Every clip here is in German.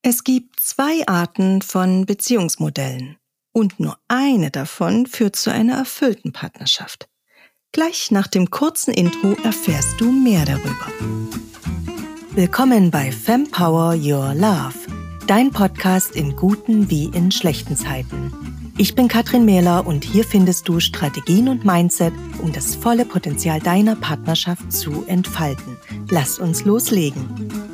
Es gibt 2 Arten von Beziehungsmodellen und nur eine davon führt zu einer erfüllten Partnerschaft. Gleich nach dem kurzen Intro erfährst du mehr darüber. Willkommen bei Fempower Your Love, dein Podcast in guten wie in schlechten Zeiten. Ich bin Katrin Mähler und hier findest du Strategien und Mindset, um das volle Potenzial deiner Partnerschaft zu entfalten. Lass uns loslegen.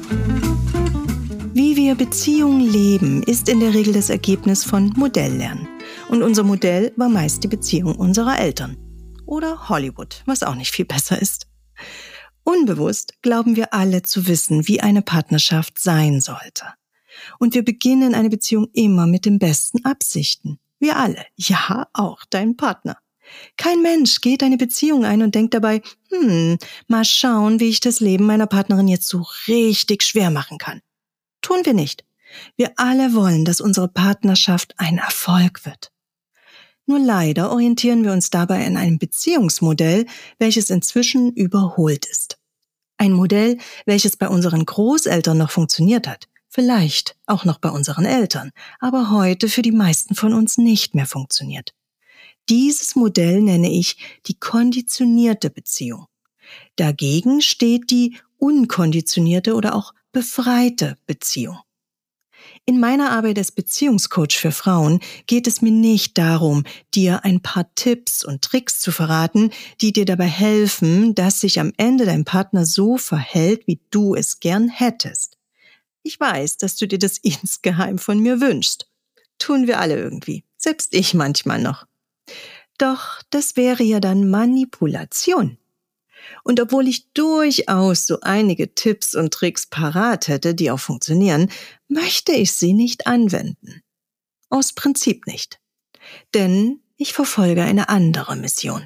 Wie wir Beziehungen leben, ist in der Regel das Ergebnis von Modelllernen. Und unser Modell war meist die Beziehung unserer Eltern. Oder Hollywood, was auch nicht viel besser ist. Unbewusst glauben wir alle zu wissen, wie eine Partnerschaft sein sollte. Und wir beginnen eine Beziehung immer mit den besten Absichten. Wir alle, ja, auch dein Partner. Kein Mensch geht eine Beziehung ein und denkt dabei, mal schauen, wie ich das Leben meiner Partnerin jetzt so richtig schwer machen kann. Tun wir nicht. Wir alle wollen, dass unsere Partnerschaft ein Erfolg wird. Nur leider orientieren wir uns dabei an einem Beziehungsmodell, welches inzwischen überholt ist. Ein Modell, welches bei unseren Großeltern noch funktioniert hat, vielleicht auch noch bei unseren Eltern, aber heute für die meisten von uns nicht mehr funktioniert. Dieses Modell nenne ich die konditionierte Beziehung. Dagegen steht die unkonditionierte oder auch befreite Beziehung. In meiner Arbeit als Beziehungscoach für Frauen geht es mir nicht darum, dir ein paar Tipps und Tricks zu verraten, die dir dabei helfen, dass sich am Ende dein Partner so verhält, wie du es gern hättest. Ich weiß, dass du dir das insgeheim von mir wünschst. Tun wir alle irgendwie, selbst ich manchmal noch. Doch das wäre ja dann Manipulation. Und obwohl ich durchaus so einige Tipps und Tricks parat hätte, die auch funktionieren, möchte ich sie nicht anwenden. Aus Prinzip nicht. Denn ich verfolge eine andere Mission.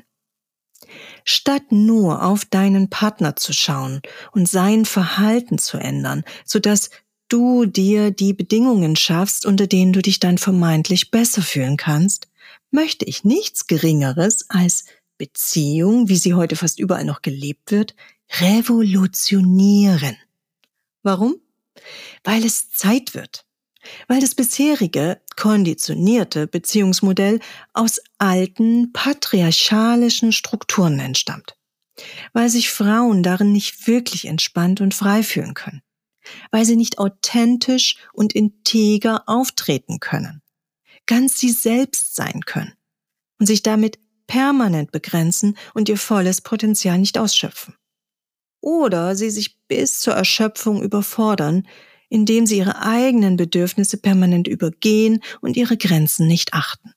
Statt nur auf deinen Partner zu schauen und sein Verhalten zu ändern, sodass du dir die Bedingungen schaffst, unter denen du dich dann vermeintlich besser fühlen kannst, möchte ich nichts Geringeres als Beziehung, wie sie heute fast überall noch gelebt wird, revolutionieren. Warum? Weil es Zeit wird. Weil das bisherige, konditionierte Beziehungsmodell aus alten, patriarchalischen Strukturen entstammt. Weil sich Frauen darin nicht wirklich entspannt und frei fühlen können. Weil sie nicht authentisch und integer auftreten können. Ganz sie selbst sein können. Und sich damit permanent begrenzen und ihr volles Potenzial nicht ausschöpfen. Oder sie sich bis zur Erschöpfung überfordern, indem sie ihre eigenen Bedürfnisse permanent übergehen und ihre Grenzen nicht achten.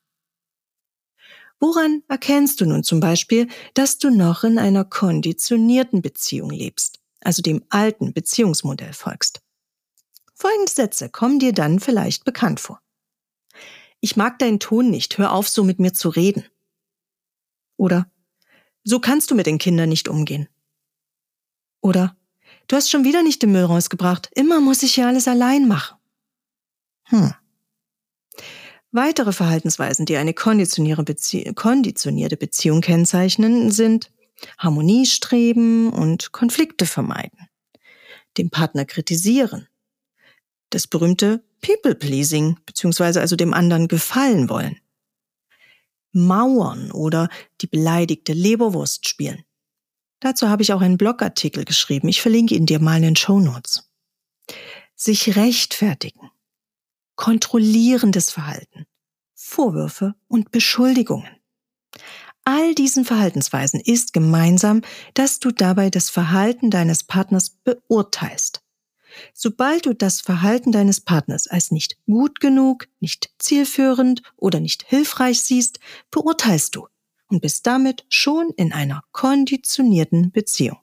Woran erkennst du nun zum Beispiel, dass du noch in einer konditionierten Beziehung lebst, also dem alten Beziehungsmodell folgst? Folgende Sätze kommen dir dann vielleicht bekannt vor. Ich mag deinen Ton nicht, hör auf, so mit mir zu reden. Oder, so kannst du mit den Kindern nicht umgehen. Oder, du hast schon wieder nicht den Müll rausgebracht, immer muss ich ja alles allein machen. Weitere Verhaltensweisen, die eine konditionierte Beziehung kennzeichnen, sind Harmoniestreben und Konflikte vermeiden, den Partner kritisieren, das berühmte People-Pleasing, beziehungsweise also dem anderen gefallen wollen, Mauern oder die beleidigte Leberwurst spielen. Dazu habe ich auch einen Blogartikel geschrieben. Ich verlinke ihn dir mal in den Shownotes. Sich rechtfertigen, kontrollierendes Verhalten, Vorwürfe und Beschuldigungen. All diesen Verhaltensweisen ist gemeinsam, dass du dabei das Verhalten deines Partners beurteilst. Sobald du das Verhalten deines Partners als nicht gut genug, nicht zielführend oder nicht hilfreich siehst, beurteilst du und bist damit schon in einer konditionierten Beziehung.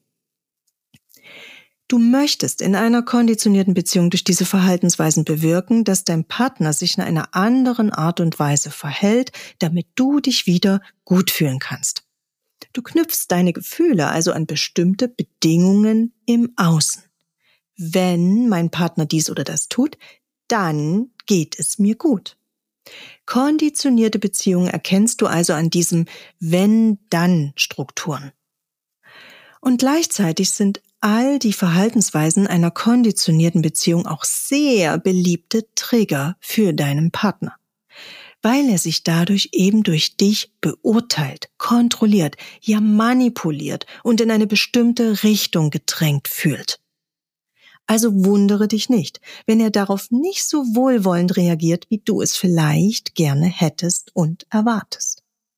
Du möchtest in einer konditionierten Beziehung durch diese Verhaltensweisen bewirken, dass dein Partner sich in einer anderen Art und Weise verhält, damit du dich wieder gut fühlen kannst. Du knüpfst deine Gefühle also an bestimmte Bedingungen im Außen. Wenn mein Partner dies oder das tut, dann geht es mir gut. Konditionierte Beziehungen erkennst du also an diesem Wenn-Dann-Strukturen. Und gleichzeitig sind all die Verhaltensweisen einer konditionierten Beziehung auch sehr beliebte Trigger für deinen Partner, weil er sich dadurch eben durch dich beurteilt, kontrolliert, ja manipuliert und in eine bestimmte Richtung gedrängt fühlt. Also wundere dich nicht, wenn er darauf nicht so wohlwollend reagiert, wie du es vielleicht gerne hättest und erwartest.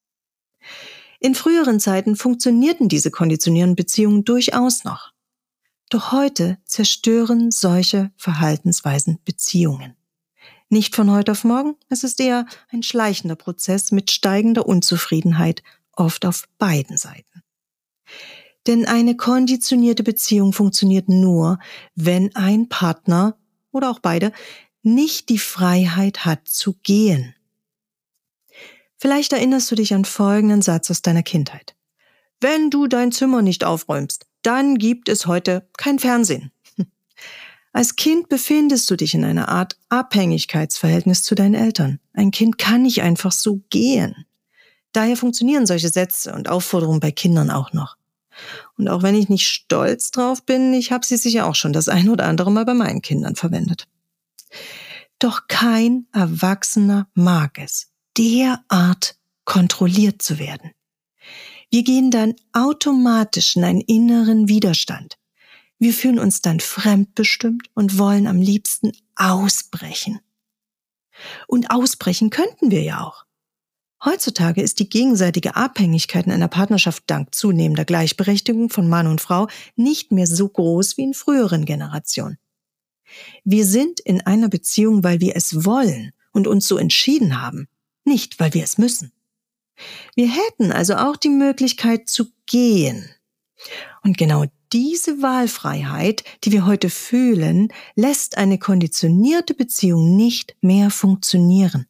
In früheren Zeiten funktionierten diese konditionierenden Beziehungen durchaus noch. Doch heute zerstören solche Verhaltensweisen Beziehungen. Nicht von heute auf morgen, es ist eher ein schleichender Prozess mit steigender Unzufriedenheit, oft auf beiden Seiten. Denn eine konditionierte Beziehung funktioniert nur, wenn ein Partner oder auch beide nicht die Freiheit hat zu gehen. Vielleicht erinnerst du dich an folgenden Satz aus deiner Kindheit. Wenn du dein Zimmer nicht aufräumst, dann gibt es heute kein Fernsehen. Als Kind befindest du dich in einer Art Abhängigkeitsverhältnis zu deinen Eltern. Ein Kind kann nicht einfach so gehen. Daher funktionieren solche Sätze und Aufforderungen bei Kindern auch noch. Und auch wenn ich nicht stolz drauf bin, ich habe sie sicher auch schon das ein oder andere Mal bei meinen Kindern verwendet. Doch kein Erwachsener mag es, derart kontrolliert zu werden. Wir gehen dann automatisch in einen inneren Widerstand. Wir fühlen uns dann fremdbestimmt und wollen am liebsten ausbrechen. Und ausbrechen könnten wir ja auch. Heutzutage ist die gegenseitige Abhängigkeit in einer Partnerschaft dank zunehmender Gleichberechtigung von Mann und Frau nicht mehr so groß wie in früheren Generationen. Wir sind in einer Beziehung, weil wir es wollen und uns so entschieden haben, nicht weil wir es müssen. Wir hätten also auch die Möglichkeit zu gehen. Und genau diese Wahlfreiheit, die wir heute fühlen, lässt eine konditionierte Beziehung nicht mehr funktionieren.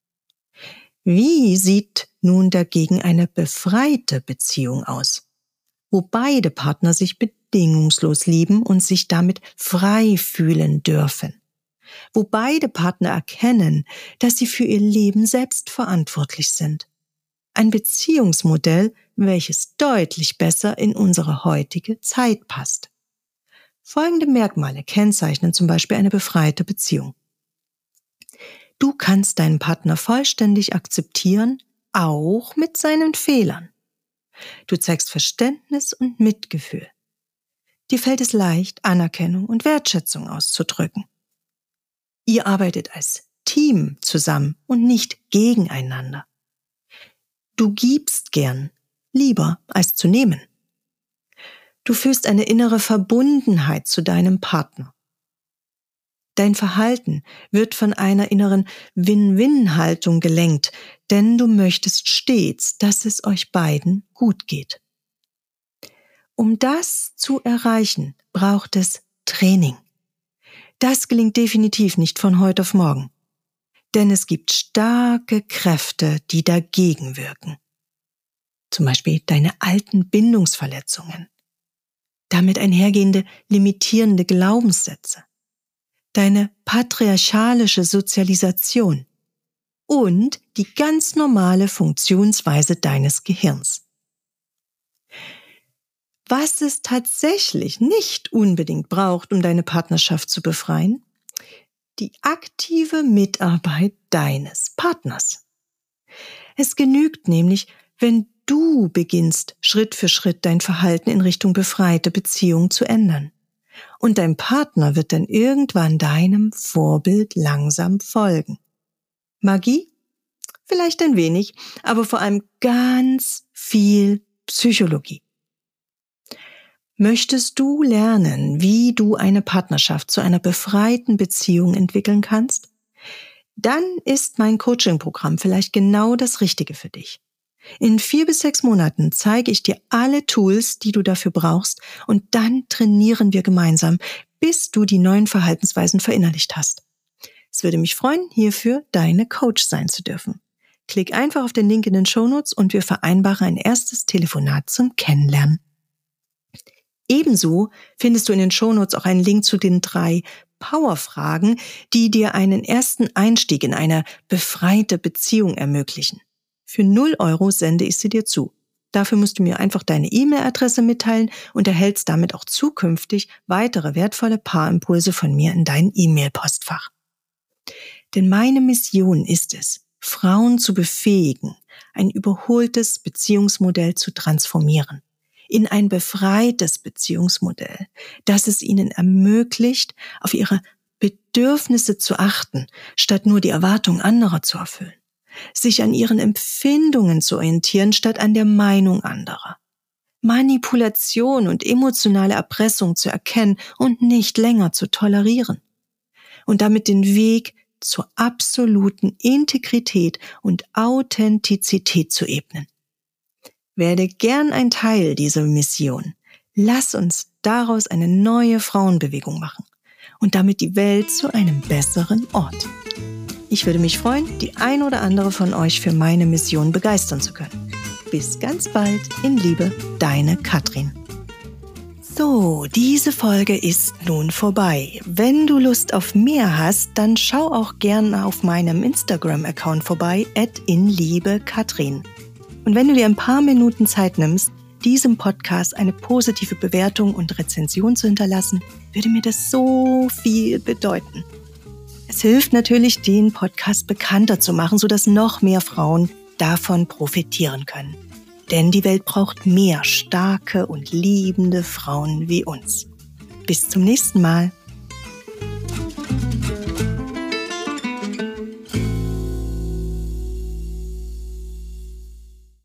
Wie sieht nun dagegen eine befreite Beziehung aus, wo beide Partner sich bedingungslos lieben und sich damit frei fühlen dürfen, wo beide Partner erkennen, dass sie für ihr Leben selbst verantwortlich sind? Ein Beziehungsmodell, welches deutlich besser in unsere heutige Zeit passt. Folgende Merkmale kennzeichnen zum Beispiel eine befreite Beziehung. Du kannst deinen Partner vollständig akzeptieren, auch mit seinen Fehlern. Du zeigst Verständnis und Mitgefühl. Dir fällt es leicht, Anerkennung und Wertschätzung auszudrücken. Ihr arbeitet als Team zusammen und nicht gegeneinander. Du gibst gern, lieber als zu nehmen. Du fühlst eine innere Verbundenheit zu deinem Partner. Dein Verhalten wird von einer inneren Win-Win-Haltung gelenkt, denn du möchtest stets, dass es euch beiden gut geht. Um das zu erreichen, braucht es Training. Das gelingt definitiv nicht von heute auf morgen, denn es gibt starke Kräfte, die dagegen wirken. Zum Beispiel deine alten Bindungsverletzungen, damit einhergehende limitierende Glaubenssätze, deine patriarchalische Sozialisation und die ganz normale Funktionsweise deines Gehirns. Was es tatsächlich nicht unbedingt braucht, um deine Partnerschaft zu befreien? Die aktive Mitarbeit deines Partners. Es genügt nämlich, wenn du beginnst, Schritt für Schritt dein Verhalten in Richtung befreite Beziehung zu ändern. Und dein Partner wird dann irgendwann deinem Vorbild langsam folgen. Magie? Vielleicht ein wenig, aber vor allem ganz viel Psychologie. Möchtest du lernen, wie du eine Partnerschaft zu einer befreiten Beziehung entwickeln kannst? Dann ist mein Coaching-Programm vielleicht genau das Richtige für dich. In 4 bis 6 Monaten zeige ich dir alle Tools, die du dafür brauchst, und dann trainieren wir gemeinsam, bis du die neuen Verhaltensweisen verinnerlicht hast. Es würde mich freuen, hierfür deine Coach sein zu dürfen. Klick einfach auf den Link in den Shownotes und wir vereinbaren ein erstes Telefonat zum Kennenlernen. Ebenso findest du in den Shownotes auch einen Link zu den 3 Powerfragen, die dir einen ersten Einstieg in eine befreite Beziehung ermöglichen. Für 0 € sende ich sie dir zu. Dafür musst du mir einfach deine E-Mail-Adresse mitteilen und erhältst damit auch zukünftig weitere wertvolle Paarimpulse von mir in dein E-Mail-Postfach. Denn meine Mission ist es, Frauen zu befähigen, ein überholtes Beziehungsmodell zu transformieren, in ein befreites Beziehungsmodell, das es ihnen ermöglicht, auf ihre Bedürfnisse zu achten, statt nur die Erwartungen anderer zu erfüllen, sich an ihren Empfindungen zu orientieren, statt an der Meinung anderer, Manipulation und emotionale Erpressung zu erkennen und nicht länger zu tolerieren und damit den Weg zur absoluten Integrität und Authentizität zu ebnen. Werde gern ein Teil dieser Mission. Lass uns daraus eine neue Frauenbewegung machen und damit die Welt zu einem besseren Ort. Ich würde mich freuen, die ein oder andere von euch für meine Mission begeistern zu können. Bis ganz bald, in Liebe, deine Katrin. So, diese Folge ist nun vorbei. Wenn du Lust auf mehr hast, dann schau auch gerne auf meinem Instagram-Account vorbei, @inliebekatrin. Und wenn du dir ein paar Minuten Zeit nimmst, diesem Podcast eine positive Bewertung und Rezension zu hinterlassen, würde mir das so viel bedeuten. Es hilft natürlich, den Podcast bekannter zu machen, sodass noch mehr Frauen davon profitieren können. Denn die Welt braucht mehr starke und liebende Frauen wie uns. Bis zum nächsten Mal.